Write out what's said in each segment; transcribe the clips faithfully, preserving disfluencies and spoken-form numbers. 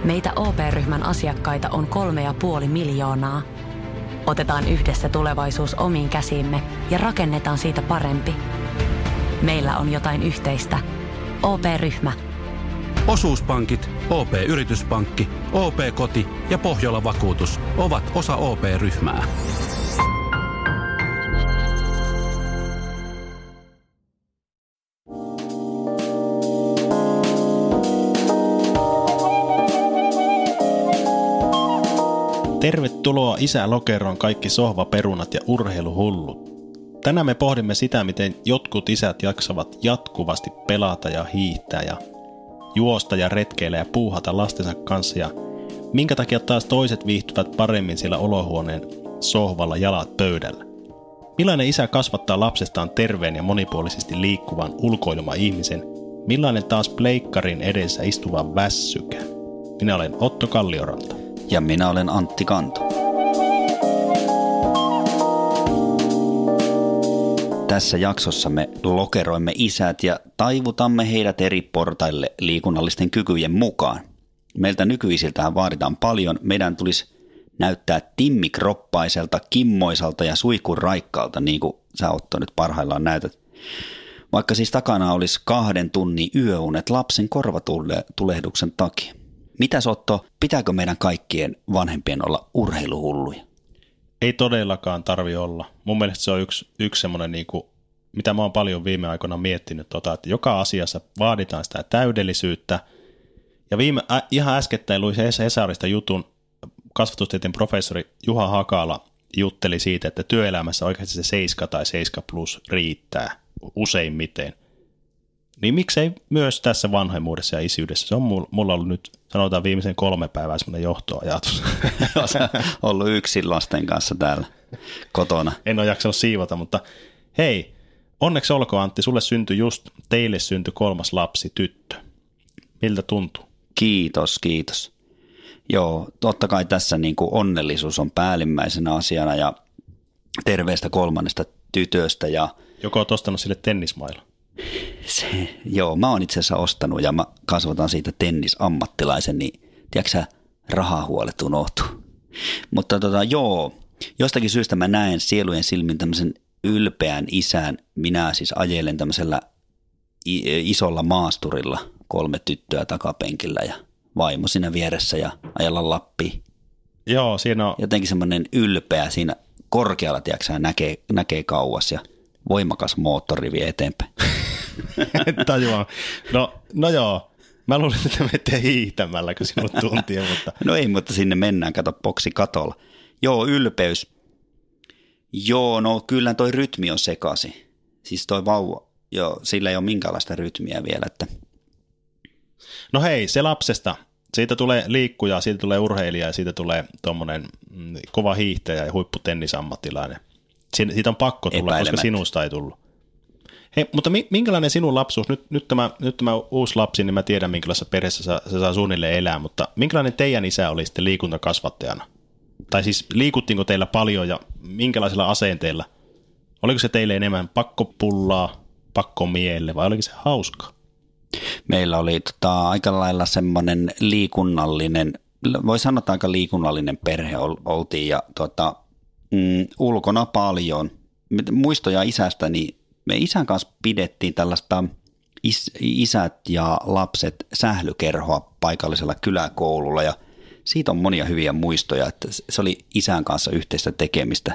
Meitä O P-ryhmän asiakkaita on kolme ja puoli miljoonaa. Otetaan yhdessä tulevaisuus omiin käsiimme ja rakennetaan siitä parempi. Meillä on jotain yhteistä. O P-ryhmä. Osuuspankit, O P-yrityspankki, O P-koti ja Pohjola-vakuutus ovat osa O P-ryhmää. Tervetuloa Isä Lokeroon kaikki sohvaperunat ja urheiluhullut. Tänään me pohdimme sitä, miten jotkut isät jaksavat jatkuvasti pelata ja hiihtää ja juosta ja retkeillä ja puuhata lastensa kanssa ja minkä takia taas toiset viihtyvät paremmin siellä olohuoneen sohvalla jalat pöydällä. Millainen isä kasvattaa lapsestaan terveen ja monipuolisesti liikkuvan ulkoiluma-ihmisen? Millainen taas pleikkarin edessä istuva vässykä? Minä olen Otto Kallioranta. Ja minä olen Antti Kanto. Tässä jaksossa me lokeroimme isät ja taivutamme heidät eri portaille liikunnallisten kykyjen mukaan. Meiltä nykyisiltähän vaaditaan paljon. Meidän tulisi näyttää timmikroppaiselta, kimmoisalta ja suihkuraikkaalta, niin kuin sä Otto nyt parhaillaan näytät. Vaikka siis takana olisi kahden tunnin yöunet lapsen korvatulehduksen takia. Mitäs Otto, pitääkö meidän kaikkien vanhempien olla urheiluhulluja? Ei todellakaan tarvi olla. Mun mielestä se on yksi, yksi semmoinen, niin kuin, mitä mä oon paljon viime aikoina miettinyt, tota, että joka asiassa vaaditaan sitä täydellisyyttä. Ja viime, ä, ihan äskettäin luin se Hesarista jutun, kasvatustieteen professori Juha Hakala jutteli siitä, että työelämässä oikeasti se seiska tai seiska plus riittää useimmiten. Niin miksei myös tässä vanhemmuudessa ja isyydessä? Se on mulla ollut nyt, sanotaan viimeisen kolme päivää semmoinen johtoajatus. Olet ollut yksin lasten kanssa täällä kotona. En ole jaksanut siivota, mutta hei, onneksi olkoon Antti, sulle syntyi just, teille syntyi kolmas lapsi, tyttö. Miltä tuntuu? Kiitos, kiitos. Joo, totta kai tässä niin kuin onnellisuus on päällimmäisenä asiana ja terveestä kolmannesta tytöstä. Ja joko olet ostanut sille tennismailla? Se, joo, mä oon itse asiassa ostanut ja mä kasvatan siitä tennisammattilaisen, niin tiedätkö sä, rahahuolet unohtuu. Mutta tota, joo, jostakin syystä mä näen sielujen silmin tämmöisen ylpeän isän. Minä siis ajelen tämmöisellä isolla maasturilla, kolme tyttöä takapenkillä ja vaimo siinä vieressä ja ajella Lappiin. Joo, siinä on jotenkin semmoinen ylpeä siinä korkealla, tiedätkö sä, näkee, näkee kauas ja voimakas moottori vie eteenpäin. Tajuan. No, no joo, mä luulin, että menette hiihtämällä, kun sinut tuntien, mutta no ei, mutta sinne mennään, kato boksi katolla. Joo, ylpeys. Joo, no kyllä toi rytmi on sekaisin. Siis toi vauva, joo, sillä ei ole minkäänlaista rytmiä vielä. Että no hei, se lapsesta. Siitä tulee liikkuja, siitä tulee urheilija ja siitä tulee tuommoinen mm, kova hiihtäjä ja huipputennisammattilainen. Siitä on pakko tulla, koska sinusta ei tullut. Hei, mutta minkälainen sinun lapsuus, nyt, nyt, tämä, nyt tämä uusi lapsi, niin mä tiedän minkälaisessa perheessä se saa suunnilleen elää, mutta minkälainen teidän isä oli sitten liikuntakasvattajana? Tai siis liikuttiinko teillä paljon ja minkälaisilla asenteilla? Oliko se teille enemmän pakkopullaa, pakkomielle vai oliko se hauskaa? Meillä oli tota, aika lailla semmoinen liikunnallinen, voi sanoa aika liikunnallinen perhe oltiin ja tota, mm, ulkona paljon. Muistoja isästäni, me isän kanssa pidettiin tällaista is, isät ja lapset sählykerhoa paikallisella kyläkoululla ja siitä on monia hyviä muistoja, että se oli isän kanssa yhteistä tekemistä.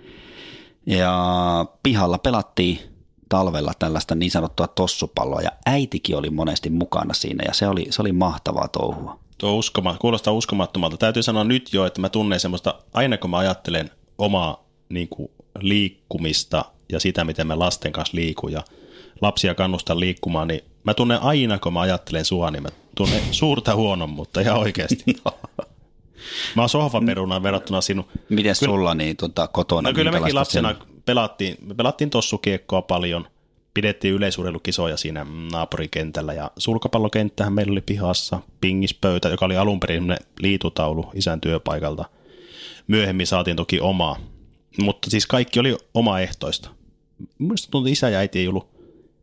Ja pihalla pelattiin talvella tällaista niin sanottua tossupalloa ja äitikin oli monesti mukana siinä ja se oli, se oli mahtavaa touhua. Tuo uskoma, kuulostaa uskomattomalta. Täytyy sanoa nyt jo, että mä tunnen semmoista, aina kun mä ajattelen omaa niin kuin liikkumista ja sitä, miten mä lasten kanssa liikun ja lapsia kannustan liikkumaan, niin mä tunnen aina, kun mä ajattelen sua, niin mä tunnen suurta huonommuutta ihan oikeasti. No. Mä oon sohvaperunaan verrattuna sinun. Miten sulla niin tuota, kotona? No kyllä mekin lapsena pelattiin, me pelattiin tossukiekkoa paljon, pidettiin yleisurheilukisoja siinä naapurikentällä ja sulkapallokenttähän meillä oli pihassa, pingispöytä, joka oli alun perin liitutaulu isän työpaikalta. Myöhemmin saatiin toki omaa, mutta siis kaikki oli omaehtoista. Mielestäni tuntuu, että isä ja äiti ei ollut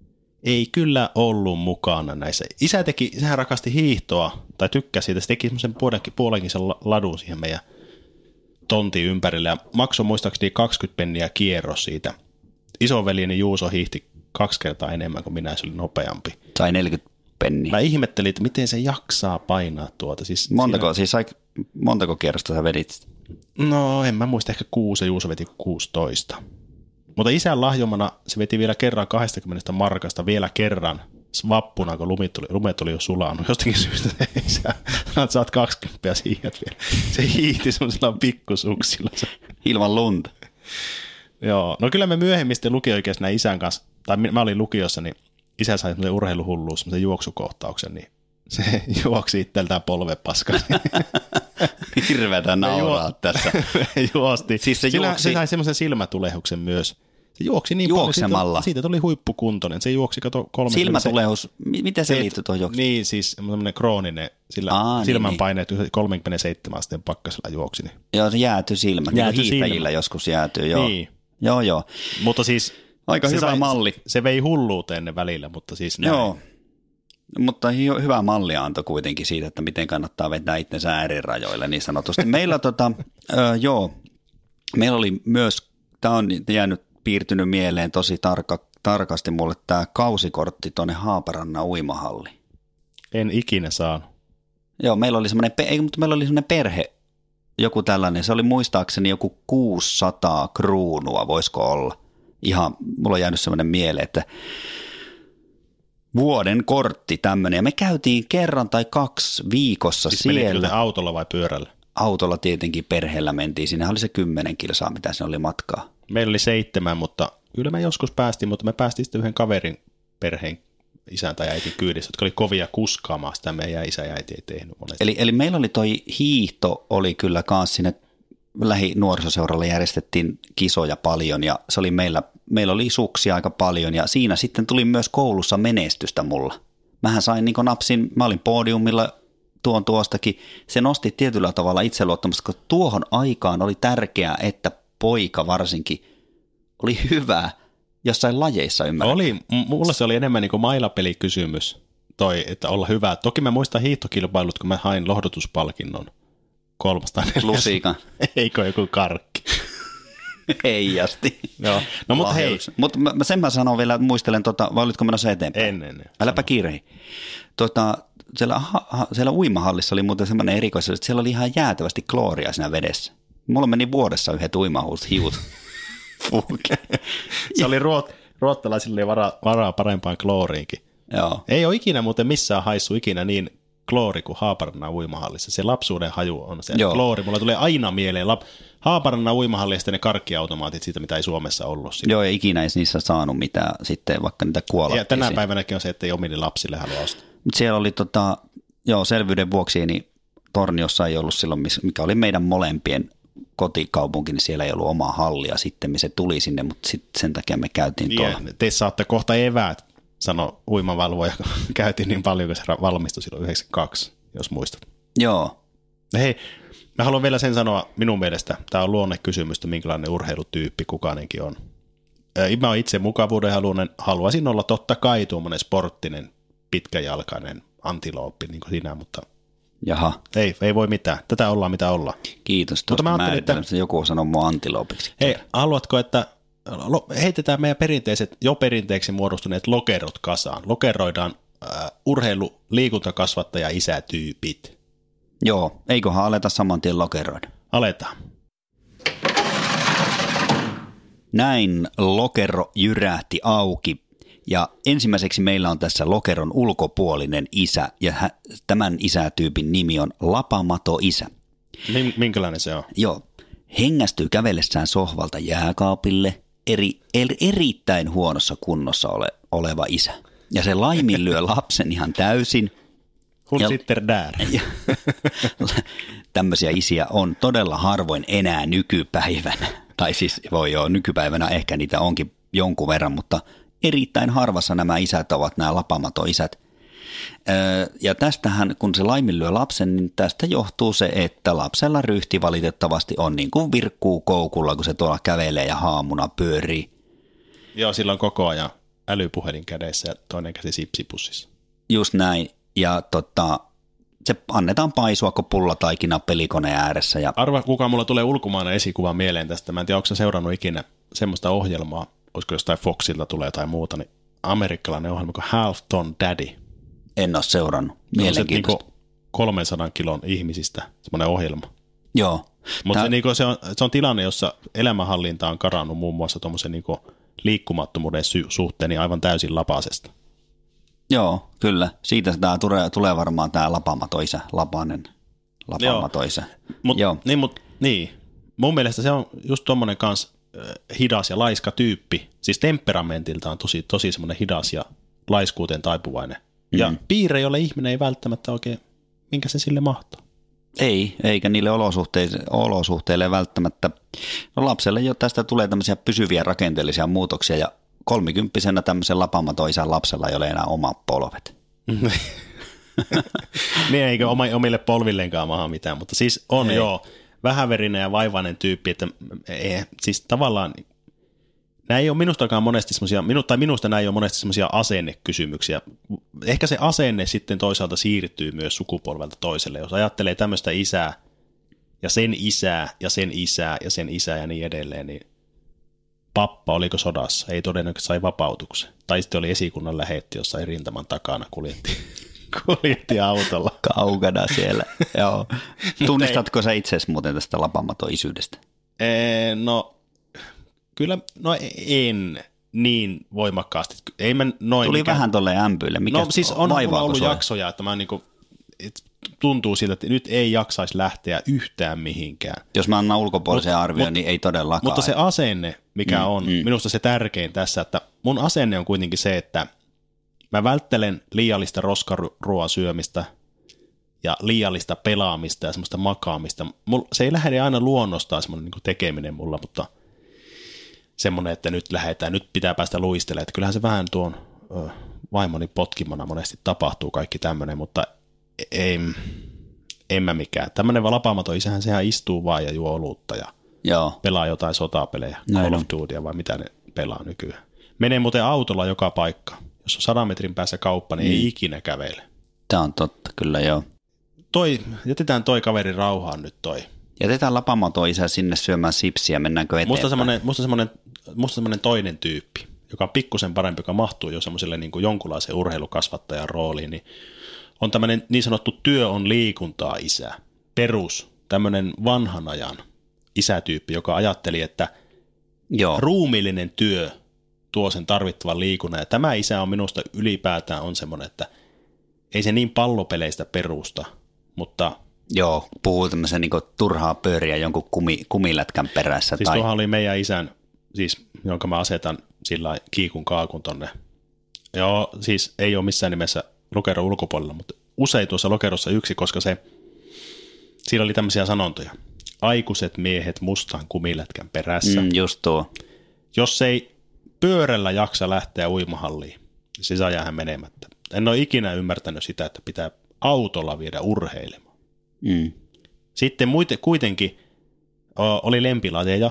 ei kyllä ollut mukana näissä. Isä teki, isähän rakasti hiihtoa, tai tykkäsi siitä, se teki semmoisen puolenkin, puolenkin sen ladun siihen meidän tontin ympärille, ja maksoi muistaakseni kaksikymmentä penniä kierros siitä. Isoveljeni Juuso hiihti kaksi kertaa enemmän kuin minä, se oli nopeampi. Sai neljäkymmentä penniä. Mä ihmettelin, että miten se jaksaa painaa tuota. Siis montako, siinä... siis montako kierrosta sä vedit? No en mä muista, ehkä kuusi ja Juuso veti kuusitoista. Mutta isän lahjomana se veti vielä kerran kaksikymmentä markasta vielä kerran vappuna, kun lumet oli, lumet oli jo sulanut. Jostakin syystä se isä sanoi, että saat kaksikymmentä ja hiihdät vielä. Se hiihti semmoisella pikkusuksilla. Ilman lunta. Joo, no kyllä me myöhemmin sitten lukio-oikeassa näin isän kanssa, tai mä olin lukiossa, niin isä sai semmoisen urheiluhulluus, semmoisen juoksukohtauksen, niin se juoksi itseltään polvepaskaan. Hirveätä nauraa juo- tässä. Juosti. Siis se, Sillä, juoksi... se sai semmoisen silmätulehuksen myös. Se juoksi niin juoksemalla. Paljon, siitä, siitä tuli huippukuntoinen. Se juoksi, kato, kolmekymmentä... Silmätulehus, miten se liittyy tuohon juoksuun? Niin, siis semmoinen krooninen, sillä Aa, silmänpaineet niin, niin. kolmekymmentäseitsemän asteen pakkasella juoksi. Niin. Joo, se jääty silmä. Jääty niin hiihtäjillä silmä. Joskus jäätyy, joo. Niin. Joo, joo. Mutta siis... Aika hyvä sai, malli. Se vei hulluuteen ne välillä, mutta siis näin. Joo, mutta hyvä malli antoi kuitenkin siitä, että miten kannattaa vetää itsensä äärirajoille niin sanotusti. Meillä, tota, ö, joo, meillä oli myös, tämä on jäänyt piirtynyt mieleen tosi tarka, tarkasti mulle tämä kausikortti tuonne Haaparannan uimahalli. En ikinä saanut. Joo, meillä oli semmoinen, ei, mutta meillä oli semmoinen perhe, joku tällainen, se oli muistaakseni joku kuusisataa kruunua, voisiko olla. Ihan, mulla on jäänyt semmoinen mieleen, että vuoden kortti tämmöinen, ja me käytiin kerran tai kaksi viikossa siis siellä. Autolla vai pyörällä? Autolla tietenkin perheellä mentiin, siinä oli se kymmenen kilsaa, mitä se oli matkaa. Meillä oli seitsemän, mutta kyllä me joskus päästiin, mutta me päästiin sitten yhden kaverin perheen isän tai äitin kyydissä, jotka oli kovia kuskaamaan sitä, meidän isä ja äiti ei tehnyt monesti. Eli, eli meillä oli toi hiihto, oli kyllä kans sinne lähinuorisoseuralla järjestettiin kisoja paljon, ja se oli meillä, meillä oli suksia aika paljon, ja siinä sitten tuli myös koulussa menestystä mulla. Mähän sain niin kuin napsin, mä olin podiumilla tuon tuostakin, se nosti tietyllä tavalla itseluottamusta, koska tuohon aikaan oli tärkeää, että poika varsinkin oli hyvä jossain lajeissa ymmärrän. Oli, mulla se oli enemmän niin kuin mailapelikysymys, toi, että olla hyvä. Toki mä muistan hiihtokilpailut, kun mä hain lohdutuspalkinnon. kolmesta Lusiika. Eikö joku karkki? Heijasti. Joo. No mutta hei. Mutta sen mä sanon vielä, muistelen, tota, vai olitko menossa eteenpäin? En, en. Äläpä kiirehi. Tota, siellä, ha, ha, siellä uimahallissa oli muuten semmoinen erikoisuus, että siellä oli ihan jäätävästi klooria siinä vedessä. Mulla meni vuodessa yhdet uimahuut hiut. Se oli ruot, ruottalaisille varaa, varaa parempaan klooriinkin. Joo. Ei ole ikinä muuten missään haissu ikinä niin kloori kuin Haaparannan uimahallissa. Se lapsuuden haju on se Joo. kloori. Mulla tulee aina mieleen lap... Haaparannan uimahalli ja sitten ne karkkiautomaatit siitä, mitä ei Suomessa ollut. Siitä. Joo, ei ikinä ei niissä saanut mitään sitten, vaikka niitä kuolattiin. Ja tänä päivänäkin on se, että ei omille lapsille halua ostaa. Mutta siellä oli, tota, joo, selvyyden vuoksi, niin Torniossa ei ollut silloin, mikä oli meidän molempien kotikaupunki, niin siellä ei ollut omaa hallia sitten, se tuli sinne, mutta sitten sen takia me käytiin ja tuolla. Te saatte kohta eväät, sanoi uimavalvoja, kun käytiin niin paljon, kun se valmistui silloin yhdeksänkymmentäkaksi, jos muistat. Joo. Hei, mä haluan vielä sen sanoa minun mielestä, tämä on luonnekysymystä, minkälainen urheilutyyppi kukainenkin on. Mä oon itse mukavuudenhaluinen, haluaisin olla totta kai tuommoinen sporttinen, pitkäjalkainen antilooppi, niin kuin sinä, mutta Jaha. Ei, ei voi mitään. Tätä ollaan mitä ollaan. Kiitos. Tuosta mä ajattelin, että joku sanoo mua antiloopiksi. Hei, haluatko, että heitetään meidän perinteiset, jo perinteeksi muodostuneet lokerot kasaan. Lokeroidaan äh, urheilu, liikuntakasvattaja, isätyypit. Joo, eiköhän aleta saman tien lokeroida. Aletaan. Näin lokero jyrähti auki. Ja ensimmäiseksi meillä on tässä lokeron ulkopuolinen isä, ja tämän isätyypin nimi on Lapamato-isä. Minkälainen se on? Joo, hengästyy kävellessään sohvalta jääkaapille, eri, er, erittäin huonossa kunnossa ole, oleva isä. Ja se laiminlyö lapsen ihan täysin. Hun sitter där. Tämmöisiä isiä on todella harvoin enää nykypäivänä. Tai siis voi joo, nykypäivänä ehkä niitä onkin jonkun verran, mutta erittäin harvassa nämä isät ovat nämä Lapamato-isät. Ja tästähän, kun se laiminlyö lapsen, niin tästä johtuu se, että lapsella ryhti valitettavasti on niin kuin virkkuu koukulla, kun se tuolla kävelee ja haamuna pyörii. Joo, silloin koko ajan älypuhelin kädessä ja toinen käsi sipsipussissa. Just näin. Ja tota, se annetaan paisua, kun pullataikina pelikoneen ääressä. Ja... Arva, kuka mulla tulee ulkomainen esikuva mieleen tästä. Mä en tiedä, onko sä seurannut ikinä semmoista ohjelmaa, olisiko jostain Foxilta tulee tai muuta, niin amerikkalainen ohjelma kuin Half Ton Daddy. En ole seurannut. Mielenkiintoista. Niin kolmensadan kilon ihmisistä semmoinen ohjelma. Joo. Mutta Tää... se, niin se, on, se on tilanne, jossa elämänhallinta on karannut muun muassa tuommoisen niin liikkumattomuuden sy- suhteen niin aivan täysin lapasesta. Joo, kyllä. Siitä tämä tulee, tulee varmaan tämä lapamato-isä, lapanen lapamato-isä. Mut, niin, mut, niin, mun mielestä se on just tuommoinen kans äh, hidas ja laiska tyyppi. Siis temperamentilta on tosi, tosi semmoinen hidas ja laiskuuteen taipuvainen. Mm. Ja piirre, jolle ihminen ei välttämättä oikein, minkä se sille mahtaa. Ei, eikä niille olosuhteille, olosuhteille välttämättä. No lapselle jo tästä tulee tämmöisiä pysyviä rakenteellisia muutoksia ja kolmikymppisenä tämmöisen lapamato-isän lapsella ei ole enää omat polvet. Niin eikö omille polvilleenkaan maha mitään, mutta siis on ei. Joo vähäverinen ja vaivainen tyyppi, että ei, siis tavallaan nämä ei ole minustakaan monesti semmoisia, minu, tai minusta nämä ei ole monesti semmoisia asennekysymyksiä. Ehkä se asenne sitten toisaalta siirtyy myös sukupolvelta toiselle. Jos ajattelee tämmöistä isää ja sen isää ja sen isää ja sen isää ja niin edelleen, niin pappa oliko sodassa? Ei todennäköisesti sai vapautuksen. Tai sitten oli esikunnan lähetti jossain rintaman takana kuljetti, kuljetti autolla. Kaukana siellä, joo. Tunnistatko sä itsesi muuten tästä lapamato-isyydestä? Ee, no... Kyllä, no en niin voimakkaasti. Ei mä noin Tuli mikään... vähän tolleen ämpyille. Mikä no siis on mulla ollut sua? Jaksoja, että mä niinku, et tuntuu siltä, että nyt ei jaksaisi lähteä yhtään mihinkään. Jos mä annan ulkopuolisen arvion, niin ei todellakaan. Mutta se asenne, mikä mm, on mm. minusta se tärkein tässä, että mun asenne on kuitenkin se, että mä välttelen liiallista roskaruoan syömistä ja liiallista pelaamista ja semmoista makaamista. Mulla, se ei lähde aina luonnostaan semmoinen niin tekeminen mulla, mutta semmoinen, että nyt lähdetään, nyt pitää päästä luistelemaan. Että kyllähän se vähän tuon ö, vaimoni potkimana monesti tapahtuu kaikki tämmöinen, mutta ei, en mä mikään. Tämmöinen lapaamaton isähän, sehän istuu vaan ja juo olutta ja Joo. pelaa jotain sotapelejä, Näin Call of Dutya vai mitä ne pelaa nykyään. Menee muuten autolla joka paikka. Jos on sadan metrin päässä kauppa, niin mm. ei ikinä kävele. Tämä on totta, kyllä joo. Toi, jätetään toi kaveri rauhaan nyt toi. Jätetään lapamaton isä sinne syömään sipsiä, mennäänkö eteenpäin? Musta semmoinen, musta semmoinen, musta semmoinen toinen tyyppi, joka on pikkusen parempi, joka mahtuu jo semmoiselle niin kuin jonkunlaisen urheilukasvattajan rooliin, niin on tämmöinen niin sanottu työ on liikuntaa isä. Perus, tämmöinen vanhan ajan isätyyppi, joka ajatteli, että Joo. ruumiillinen työ tuo sen tarvittavan liikunnan. Ja tämä isä on minusta ylipäätään on semmoinen, että ei se niin pallopeleistä perusta, mutta... Joo, puhuu tämmöisen niin turhaa pööriä jonkun kumi, kumilätkän perässä. Siis tai... tuohan oli meidän isän, siis, jonka mä asetan sillä kiikun kaakun tonne. Joo, siis ei ole missään nimessä lokeron ulkopuolella, mutta usein tuossa lokerossa yksi, koska se, siinä oli tämmöisiä sanontoja. Aikuiset miehet mustan kumilätkän perässä. Mm, just tuo. Jos ei pyörällä jaksa lähteä uimahalliin, niin se saa jäädä menemättä. En ole ikinä ymmärtänyt sitä, että pitää autolla viedä urheilemaan. Mm. Sitten muite, kuitenkin o, oli lempilajeja.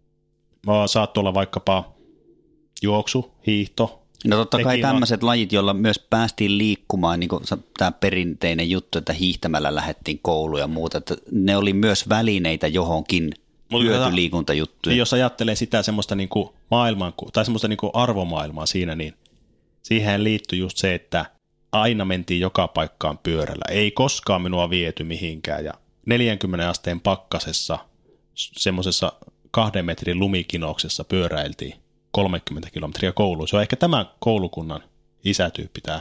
Saattoi olla vaikkapa juoksu, hiihto. No totta kai tämmöiset lajit, joilla myös päästiin liikkumaan, niin kuin tämä perinteinen juttu, että hiihtämällä lähdettiin kouluun ja muuta, että ne oli myös välineitä johonkin hyötyliikuntajuttuja. Jos ajattelee sitä semmoista niin kuin maailman, tai semmoista niin kuin arvomaailmaa siinä, niin siihen liittyy just se, että aina mentiin joka paikkaan pyörällä. Ei koskaan minua viety mihinkään ja neljänkymmenen asteen pakkasessa semmoisessa kahden metrin lumikinouksessa pyöräiltiin kolmekymmentä kilometriä kouluun. Se on ehkä tämän koulukunnan isätyyppi tämä.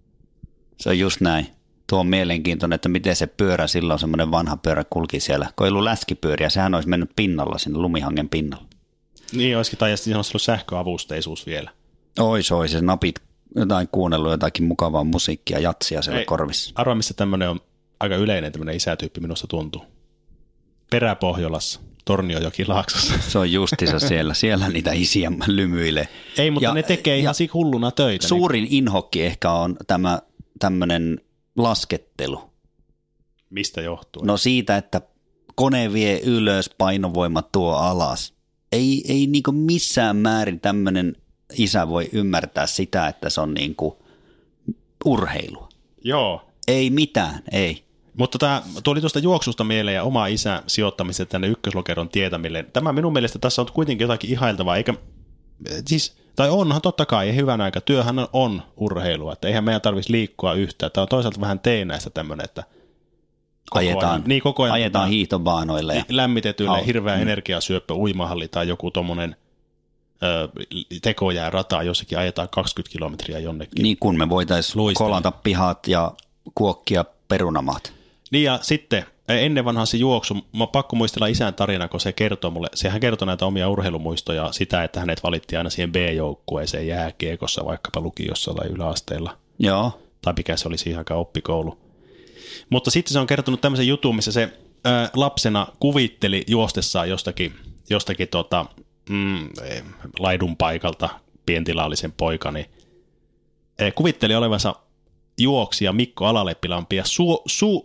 Se on just näin. Tuo on mielenkiintoinen, että miten se pyörä silloin, semmoinen vanha pyörä kulki siellä. Kun ei ollut läskipyöriä, sehän olisi mennyt pinnalla sinne lumihangen pinnalla. Niin olisikin, tai siinä olisi ollut sähköavusteisuus vielä. Ois, ois, ja napit jotain kuunnellut, jotakin mukavaa musiikkia, jatsia siellä ei, korvissa. Arvaa, missä tämmöinen on aika yleinen tämmöinen isätyyppi minusta tuntuu. Peräpohjolassa, Torniojokilaaksossa. Se on justiinsa siellä, siellä niitä isiä lymyilee. Ei, mutta ja, ne tekee ihan hulluna töitä. Suurin niin. inhokki ehkä on tämä tämmöinen laskettelu. Mistä johtuu? No siitä, että kone vie ylös, painovoima tuo alas. Ei, ei niinku missään määrin tämmöinen isä voi ymmärtää sitä, että se on niin kuin urheilua. Joo. Ei mitään, ei. Mutta tämä tuli tuosta juoksusta mieleen ja oma isä sijoittamista tänne ykköslokeron tietämille. Tämä minun mielestä tässä on kuitenkin jotakin ihailtavaa, eikä siis, tai onhan totta kai, hyvän aika, työhän on urheilua, että eihän meidän tarvitsisi liikkua yhtään. Tämä on toisaalta vähän teenäistä tämmöinen, että koko ajetaan, ajan, niin koko ajan ajetaan hiihtobaanoille. Ja lämmitetyille, hirveä mm. energiasyöppö, uimahalli tai joku tommonen ö, tekojää rata, jossakin ajetaan kaksikymmentä kilometriä jonnekin. Niin kuin me voitaisiin kolata pihat ja kuokkia perunamaat. Niin ja sitten ennen vanhaan se juoksu, mä oon pakko muistella isän tarina, kun se kertoo mulle, sehän kertoi näitä omia urheilumuistoja sitä, että hänet valittiin aina siihen B-joukkueeseen jääkiekossa, vaikkapa lukiossa tai yläasteella. Joo. Tai mikä se oli siihen aikaan oppikoulu. Mutta sitten se on kertonut tämmöisen jutun, missä se ää, lapsena kuvitteli juostessaan jostakin, jostakin tota, mm, laidun paikalta, pientilallisen poikani, niin, kuvitteli olevansa juoksija Mikko Alaleppilampi ja su, su,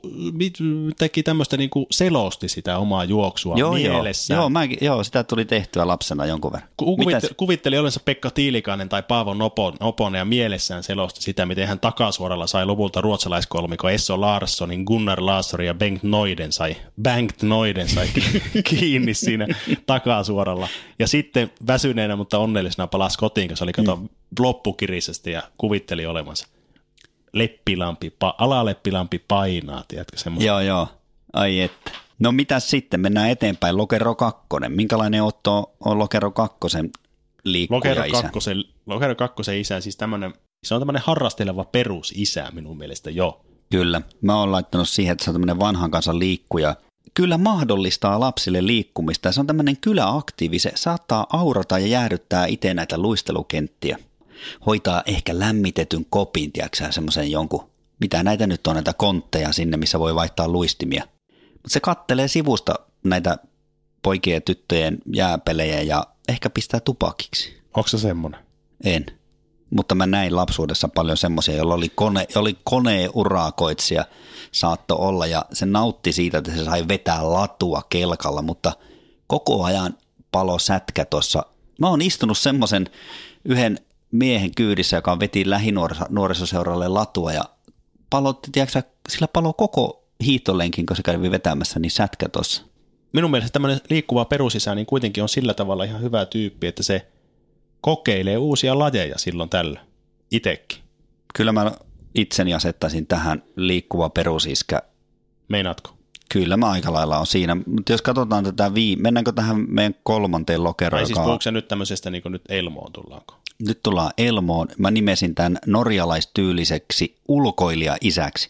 teki tämmöistä niin kuin selosti sitä omaa juoksua joo, mielessään. Joo, mäkin, joo, sitä tuli tehtyä lapsena jonkun verran. Kuvitteli, kuvitteli olensa Pekka Tiilikainen tai Paavo Noponen ja mielessään selosti sitä, miten hän takasuoralla sai lopulta ruotsalaiskolmiko Esso Larssonin, Gunnar Larsson ja Bengt Noiden sai, Bengt Noiden sai kiinni siinä takasuoralla. Ja sitten väsyneenä, mutta onnellisena palasi kotiin, kun se oli kato mm. loppukirisesti ja kuvitteli olevansa. Leppilampi, pa, alaleppilampi painaa, tiedätkö semmoista? Joo, joo. Ai että. No mitäs sitten? Mennään eteenpäin. Lokero kakkonen. Minkälainen Otto on Lokero kakkosen liikkuja Lokero isä? Kakkosen, Lokero kakkosen isä, siis tämmönen, se on tämmöinen harrasteleva perusisä minun mielestä jo. Kyllä. Mä oon laittanut siihen, että se on tämmöinen vanhan kansan liikkuja. Kyllä mahdollistaa lapsille liikkumista. Se on tämmöinen kyläaktiivi. Se saattaa aurata ja jäädyttää itse näitä luistelukenttiä. Hoitaa ehkä lämmitetyn kopin, tiedätkö semmoisen jonkun, mitä näitä nyt on, näitä kontteja sinne, missä voi vaihtaa luistimia. Mutta se kattelee sivusta näitä poikien ja tyttöjen jääpelejä ja ehkä pistää tupakiksi. Onko se semmoinen? En. Mutta mä näin lapsuudessa paljon semmoisia, joilla oli, kone, oli koneurakoitsija saatto olla ja se nautti siitä, että se sai vetää latua kelkalla, mutta koko ajan palo sätkä tuossa. Mä oon istunut semmoisen yhden miehen kyydissä, joka veti lähinuorisoseuralle latua ja palotti, tiedätkö, sillä palo koko hiihtolenkin, kun se kävi vetämässä, niin sätkä tuossa. Minun mielestä tämmöinen liikkuva perusisä niin kuitenkin on sillä tavalla ihan hyvä tyyppi, että se kokeilee uusia lajeja silloin tällä itsekin. Kyllä mä itseni asettaisin tähän liikkuva perusiskä. Meinaatko? Kyllä mä aika lailla on siinä, mutta jos katsotaan tätä, vii... mennäänkö tähän meidän kolmanteen lokeroon? Ai siis puhuuko se nyt tämmöisestä, niin kuin nyt Elmoon tullaanko? Nyt tullaan Elmoon. Mä nimesin tämän norjalaistyyliseksi ulkoilija-isäksi.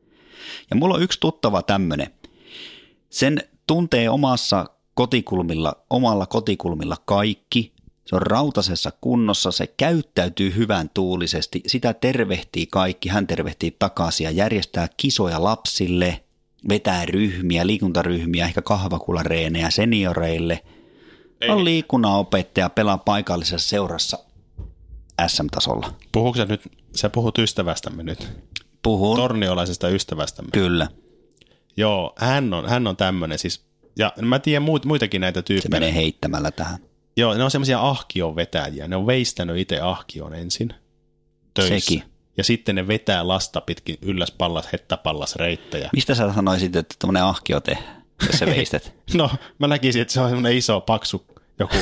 Ja mulla on yksi tuttava tämmönen. Sen tuntee omassa kotikulmilla, omalla kotikulmilla kaikki. Se on rautasessa kunnossa, se käyttäytyy hyvän tuulisesti, sitä tervehtii kaikki, hän tervehtii takaisin ja järjestää kisoja lapsille, vetää ryhmiä, liikuntaryhmiä, ehkä kahvakulareenejä senioreille. Ei. On liikunnanopettaja, pelaa paikallisessa seurassa äs äm-tasolla. Puhuuko sä nyt, sä puhut ystävästämme nyt? Puhun. Torniolaisesta ystävästämme. Kyllä. Joo, hän on, hän on tämmöinen siis, ja mä tiedän muit, muitakin näitä tyyppejä. Se menee heittämällä tähän. Joo, ne on semmoisia ahkion vetäjiä, ne on veistänyt itse ahkion ensin töissä. Sekin. Ja sitten ne vetää lasta pitkin ylläs pallas, hettäpallas reittejä. Mistä sä sanoisit, että tämmöinen ahkio tehdään, jos sä veistät? No, mä näkisin, että se on semmoinen iso, paksu joku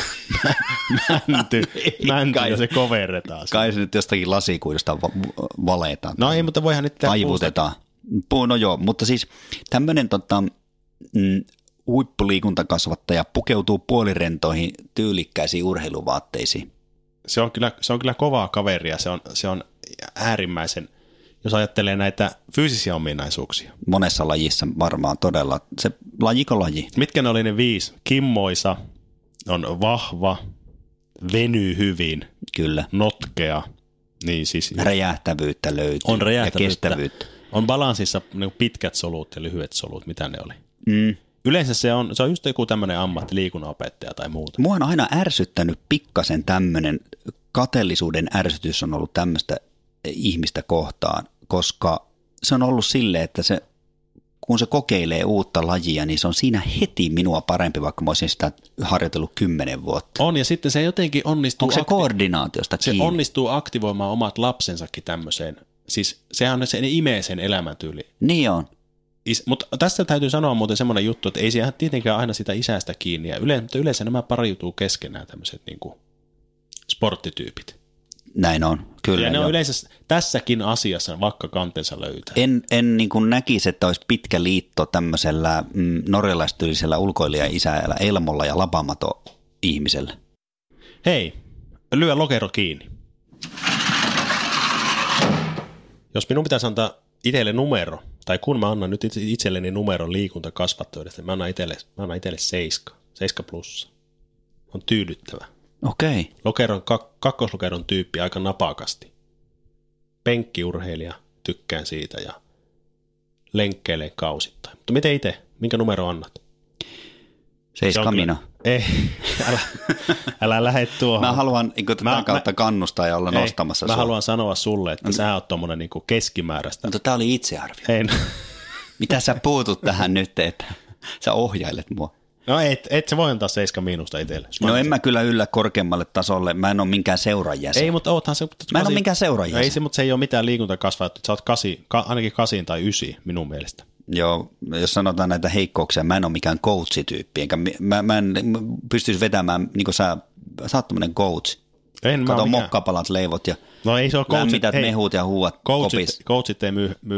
mänty, mänty ja se koverretaan. Kai se nyt jostakin lasikuidusta va- valetaan. No ei, mutta voihan nyt tehdä taivutetaan. Puu, no joo, mutta siis tämmöinen tota, mm, huippuliikuntakasvattaja pukeutuu puolirentoihin tyylikkäisiin urheiluvaatteisiin. Se on kyllä, se on kyllä kovaa kaveria, se on, se on äärimmäisen, jos ajattelee näitä fyysisiä ominaisuuksia. Monessa lajissa varmaan todella, se lajiko laji. Mitkä ne oli ne viisi? Kimmoisa, on vahva, venyy hyvin, kyllä. Notkea, niin siis räjähtävyyttä löytyy on räjähtävyyttä, ja kestävyyttä. On balanssissa pitkät solut ja lyhyet solut, mitä ne oli. Mm. Yleensä se on, se on just joku tämmöinen ammattiliikunnanopettaja tai muuta. Mua on aina ärsyttänyt pikkasen tämmöinen, kateellisuuden ärsytys on ollut tämmöistä ihmistä kohtaan, koska se on ollut silleen, että se kun se kokeilee uutta lajia, niin se on siinä heti minua parempi, vaikka mä olisin sitä harjoitellut kymmenen vuotta. On, ja sitten se jotenkin onnistuu. Onko se akti- koordinaatiosta se kiinni? onnistuu aktivoimaan omat lapsensakin tämmöiseen. Siis sehän on se, ne imee sen elämäntyyli. Niin on. Is, mutta tässä täytyy sanoa muuten semmoinen juttu, että ei se ihan tietenkään aina sitä isästä kiinni. Ja yle, mutta yleensä nämä pariutuu keskenään tämmöiset niin kuin sporttityypit. Näin on, kyllä. Ja ne jo. on yleensä tässäkin asiassa vaikka kantensa löytää. En, en niin kuin näkisi, että olisi pitkä liitto tämmöisellä mm, norjalaistyyllisellä ulkoilija-isällä Elmolla ja Lapamato-ihmisellä. Hei, lyö lokero kiinni. Jos minun pitäisi antaa itselle numero, tai kun mä annan nyt itselleni numeron liikuntakasvattajasta, mä annan itselle, mä annan itselle seiska, seiska plussa. On tyydyttävä. Okei. Lokeron, kak- kakkoslokeron tyyppi aika napakasti. Penkkiurheilija, tykkään siitä ja lenkkeilee kausittain. Mutta miten itse? Minkä numero annat? Seiska minä. Ei, älä, älä lähde tuohon. Mä haluan niin tätä mä, kautta mä, kannustaa ja olla ei, nostamassa Mä sua. haluan sanoa sulle, että no, sä oot tommonen niin keskimääräistä. Mutta tää oli itsearvio. En. Mitä sä puutut tähän nyt, että sä ohjailet mua? No et, et sä voi antaa seiska miinusta itselle. No en mä kyllä yllä korkeammalle tasolle. Mä en ole minkään seuran jäsen. Ei, mutta oothan se. Mä en ole minkään seuran jäsen. No, ei se, mutta se ei ole mitään liikuntakasvattu. Sä oot kasi, ka, ainakin kasin tai ysi minun mielestä. Joo, jos sanotaan näitä heikkouksia, mä en ole mikään coach-tyyppi, enkä mä, mä en pystyisi vetämään, niin kuin sä, sä oot tämmöinen coach. En Kato mokkapalat, leivot ja no ei se ole coachit, lämmität hei, mehut ja huuat coachit, kopis. Coachit ei myy, myy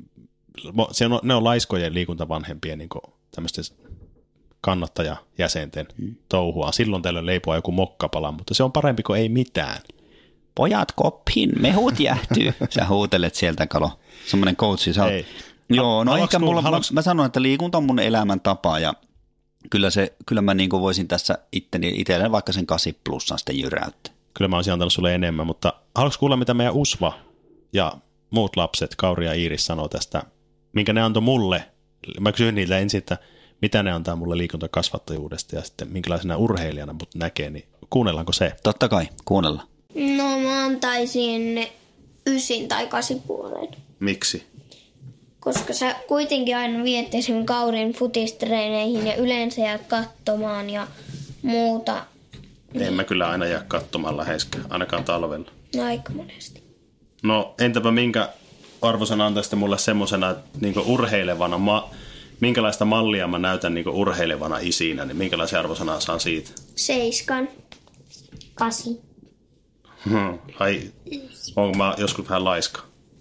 se on, ne on laiskojen liikuntavanhempien niin tämmöisten kannattajajäsenten hmm. touhua. Silloin tällöin leipoa joku mokkapala, mutta se on parempi kuin ei mitään. Pojat koppiin, mehut jäähtyy. Sä huutelet sieltä, Kalo. Semmoinen coachi, sä oot. Joo, no haluatko ehkä mulla, haluatko... mä sanon, että liikunta on mun elämäntapa ja kyllä, se, kyllä mä niin kuin voisin tässä itteni, itselleen vaikka sen kasi plussan sitten jyräyttää. Kyllä mä olisin antanut sulle enemmän, mutta haluatko kuulla, mitä meidän Usva ja muut lapset, Kauri ja Iiris, sanoo tästä, minkä ne antoi mulle. Mä kysyin niiltä ensin, että mitä ne antaa mulle liikuntakasvattajuudesta ja sitten minkälaisena urheilijana mut näkee, niin kuunnellaanko se? Totta kai, kuunnellaan. No mä antaisin ysin tai kasipuolen. Miksi? Koska sä kuitenkin aina viet esim. Kaurin futistreeneihin ja yleensä jäät katsomaan ja muuta. En mä kyllä aina jää katsomaan läheskään, ainakaan talvella. No aika monesti. No entäpä minkä arvosana antaisitte mulle semmosena niin urheilevana, ma- minkälaista mallia mä näytän niin urheilevana isinä, niin minkälaisia arvosanaa saan siitä? Seiskan. Kasi. Hmm. Ai, onko mä joskus vähän laiska?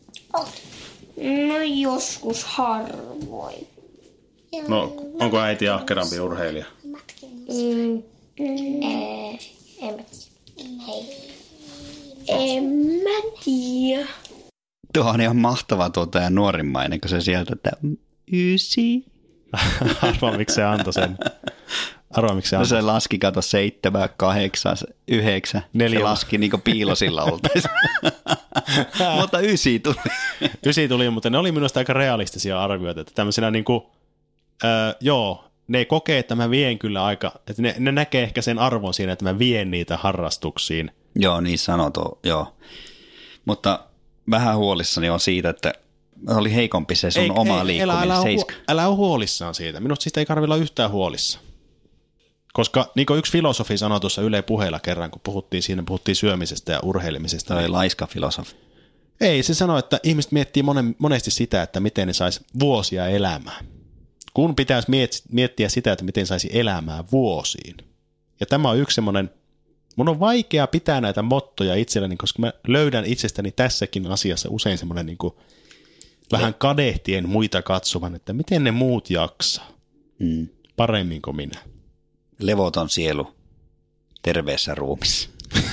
No joskus harvoin. No, onko äiti ahkerampi urheilija? Mm. Ee, en mä tiedä. Hei. En mä tiedä. Tuo on ihan mahtava tuota ja nuorimmainen, kun se sieltä, että ysi. Arvaa, miksi se antoi sen. Arvaa, miksi se antoi. No se laski, kato, seitsemän, kahdeksan, yhdeksän. Neljä. Se laski niin kuin piilosilla oltaisi. Mutta ysi tuli. Ysi tuli, mutta ne oli minusta aika realistisia arvioita. Että tämmöisenä niin kuin, äh, joo, ne kokee, että mä vien kyllä aika, että ne, ne näkee ehkä sen arvon siinä, että mä vien niitä harrastuksiin. Joo, niin sanottu, joo. Mutta vähän huolissani on siitä, että oli heikompi se sun ei, oma ei, liikkuminen. Älä, älä, hu- älä ole huolissaan siitä. Minusta siitä ei tarvitse olla yhtään huolissa. Koska niin kuin yksi filosofi sanoi tuossa Yle Puheella kerran, kun puhuttiin siinä, puhuttiin syömisestä ja urheilemisesta. Tämä oli laiska filosofi. Ei, se sanoi, että ihmiset miettii monen, monesti sitä, että miten ne saisi vuosia elämään. Kun pitäisi miettiä sitä, että miten saisi elämää vuosiin. Ja tämä on yksi semmoinen, mun on vaikea pitää näitä mottoja itselleni, koska mä löydän itsestäni tässäkin asiassa usein semmoinen niin kuin vähän kadehtien muita katsovan, että miten ne muut jaksaa mm. paremmin kuin minä. Levoton sielu terveessä ruumissa.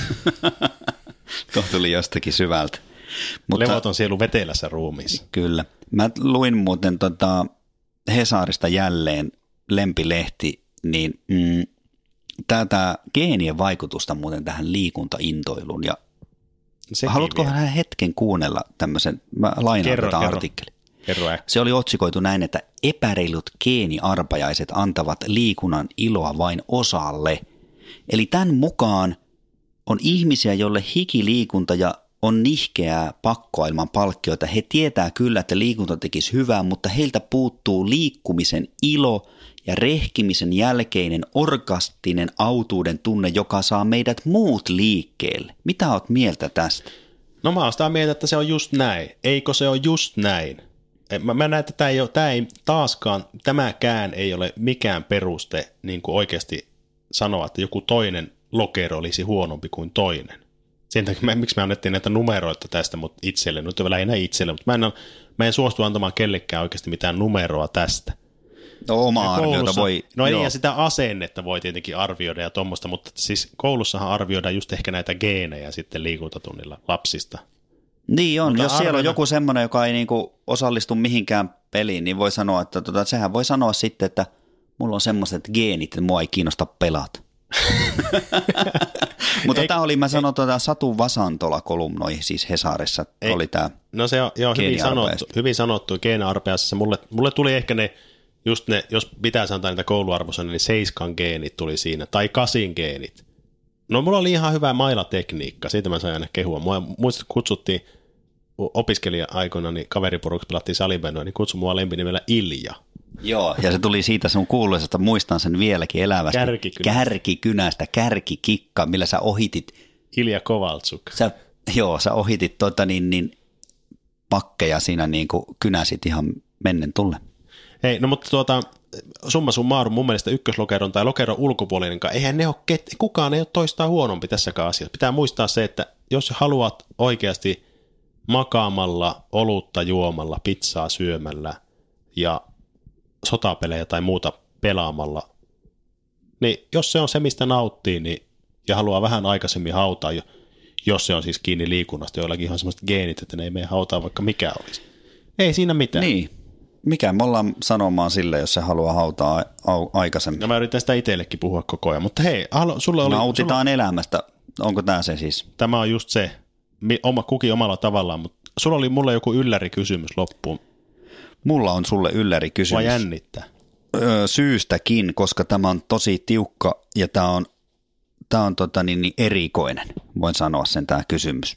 Tuo tuli jostakin syvältä. Mutta, levoton sielu vetelässä ruumiissa. Kyllä. Mä luin muuten tota Hesarista jälleen lempilehti, niin mm, tätä geenien vaikutusta muuten tähän liikuntaintoiluun. Ja haluatko vähän hetken kuunnella tämmöisen, mä lainaan kerro, tätä kerro. artikkelin. Kerro Se oli otsikoitu näin, että epäreilut geeniarpajaiset antavat liikunnan iloa vain osalle. Eli tämän mukaan on ihmisiä, joille hikiliikunta ja on nihkeää pakkoa ilman palkkioita. He tietää kyllä, että liikunta tekisi hyvää, mutta heiltä puuttuu liikkumisen ilo ja rehkimisen jälkeinen orgastinen autuuden tunne, joka saa meidät muut liikkeelle. Mitä oot mieltä tästä? No mä oon sitä mieltä, että se on just näin. Eikö se ole just näin? Mä, mä näen, että tämä ei, ole, tämä ei taaskaan, tämäkään ei ole mikään peruste niin kuin oikeasti sanoa, että joku toinen lokero olisi huonompi kuin toinen. Sen takia, miksi me annettiin näitä numeroita tästä mutta itselle, nyt on lähinnä itselle, mutta mä en, mä en suostu antamaan kellekään oikeasti mitään numeroa tästä. No oma arviota voi. No ei, ja sitä asennetta voi tietenkin arvioida ja tuommoista, mutta siis koulussahan arvioidaan just ehkä näitä geenejä sitten liikuntatunnilla lapsista. Niin on, mutta jos arvioida... siellä on joku semmoinen, joka ei niinku osallistu mihinkään peliin, niin voi sanoa, että tota, sehän voi sanoa sitten, että mulla on semmoiset geenit, että mua ei kiinnosta pelata. Mutta tämä oli, mä sanon, tuota, Satu Vasantola kolumnoi, siis Hesarissa ei, oli tämä. No se on joo, hyvin sanottu, hyvin sanottu geeniarpeassa. Mulle, mulle tuli ehkä ne, just ne, jos pitäisi antaa niitä kouluarvosanoja, niin seiskan geenit tuli siinä, tai kasin geenit. No mulla oli ihan hyvä mailatekniikka, siitä mä sain aina kehua. Mua muistat, kutsuttiin opiskelija-aikoina, niin kaveriporuksi pelattiin salibändyä, niin kutsui mua lempinimellä Ilja. Joo, ja se tuli siitä sun kuuluisesta, muistan sen vieläkin elävästi. Kärkikynästä. Kärkikynästä, kärkikikka, millä sä ohitit. Ilja Kovaltsuk. Sä, joo, sä ohitit tota niin, niin pakkeja siinä niin kuin kynäsit ihan mennen tulle. Hei, no mutta tuota, summa summarum mun mielestä ykköslokeron tai lokeron ulkopuolinenkaan, eihän ne ole, ket, kukaan ei ole toistaan huonompi tässäkään asiassa. Pitää muistaa se, että jos haluat oikeasti makaamalla, olutta juomalla, pizzaa syömällä ja sotapelejä tai muuta pelaamalla, niin jos se on se, mistä nauttii, niin, ja haluaa vähän aikaisemmin hautaa, jos se on siis kiinni liikunnasta, joillakin on semmoiset geenit, että ne ei mene hautaa vaikka mikä olisi. Ei siinä mitään. Niin. Mikä me ollaan sanomaan sille, jos se haluaa hautaa au- aikaisemmin? No mä yritän sitä itsellekin puhua koko ajan, mutta hei, sulla oli... Nautitaan sulla... elämästä. Onko tämä se siis? Tämä on just se, oma, kukin omalla tavallaan, mutta sulla oli mulle joku yllärikysymys loppuun. Mulla on sulle yllärikysymys. Vai jännittää? Öö, syystäkin, koska tämä on tosi tiukka ja tämä on, tämä on tota niin, niin erikoinen, voin sanoa sen tämä kysymys.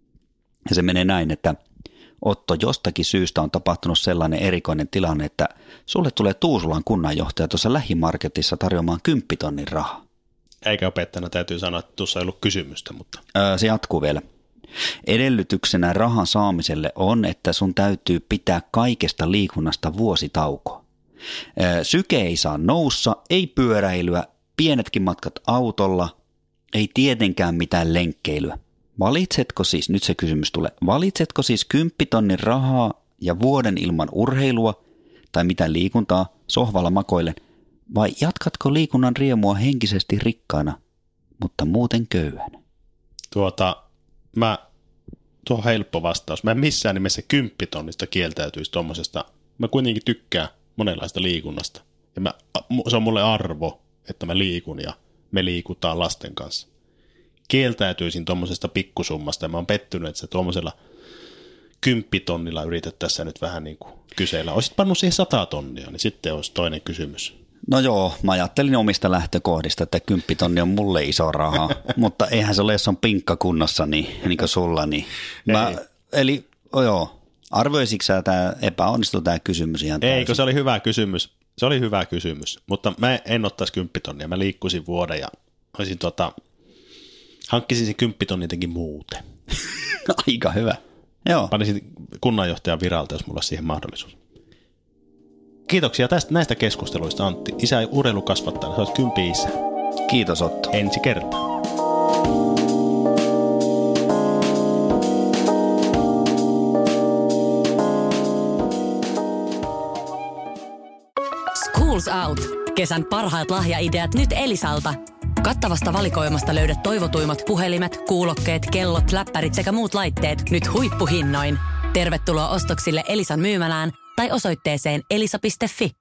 Ja se menee näin, että Otto, jostakin syystä on tapahtunut sellainen erikoinen tilanne, että sulle tulee Tuusulan kunnanjohtaja tuossa lähimarketissa tarjoamaan kymppitonnin rahaa. Eikä opettajana täytyy sanoa, että tuossa ei ollut kysymystä, mutta... Öö, se jatkuu vielä. Edellytyksenä rahan saamiselle on, että sun täytyy pitää kaikesta liikunnasta vuositaukoa. Syke ei saa noussa, ei pyöräilyä, pienetkin matkat autolla, ei tietenkään mitään lenkkeilyä. Valitsetko siis, nyt se kysymys tulee, valitsetko siis kymppitonnin rahaa ja vuoden ilman urheilua tai mitään liikuntaa sohvalla makoillen, vai jatkatko liikunnan riemua henkisesti rikkaana, mutta muuten köyhänä? Tuota, mä, tuo on helppo vastaus. Mä en missään nimessä kymppitonnista kieltäytyisi tuommoisesta. Mä kuitenkin tykkään monenlaista liikunnasta. Ja mä, se on mulle arvo, että mä liikun ja me liikutaan lasten kanssa. Kieltäytyisin tuommoisesta pikkusummasta ja mä oon pettynyt, että sä tuommoisella kymppitonnilla yrität tässä nyt vähän niin kuin kyseillä. Oisit pannut siihen sata tonnia, niin sitten olisi toinen kysymys. No joo, mä ajattelin omista lähtökohdista, että kymppitonni on mulle iso raha, mutta eihän se ole, jos on pinkka kunnossa, niin, niin kuin sulla. Niin. Mä, eli joo, arvioisitko sä tämä epäonnistuu tämä kysymys ihan täysin? Eikö, se oli hyvä kysymys. Se oli hyvä kysymys, mutta mä en ottaisi kymppitonnia. Mä liikkuisin vuoden ja olisin tota, hankkisin sen kymppitonnin jotenkin muuten. Aika hyvä. Joo. Panisin kunnanjohtajan viralta, jos mulla olisi siihen mahdollisuus. Kiitoksia tästä, näistä keskusteluista, Antti. Isä urheilukasvattajana, sä oot kympi isä. Kiitos, Otto. Ensi kertaa. Schools Out. Kesän parhaat lahjaideat nyt Elisalta. Kattavasta valikoimasta löydät toivotuimmat puhelimet, kuulokkeet, kellot, läppärit sekä muut laitteet nyt huippuhinnoin. Tervetuloa ostoksille Elisan myymälään tai osoitteeseen elisa piste fi.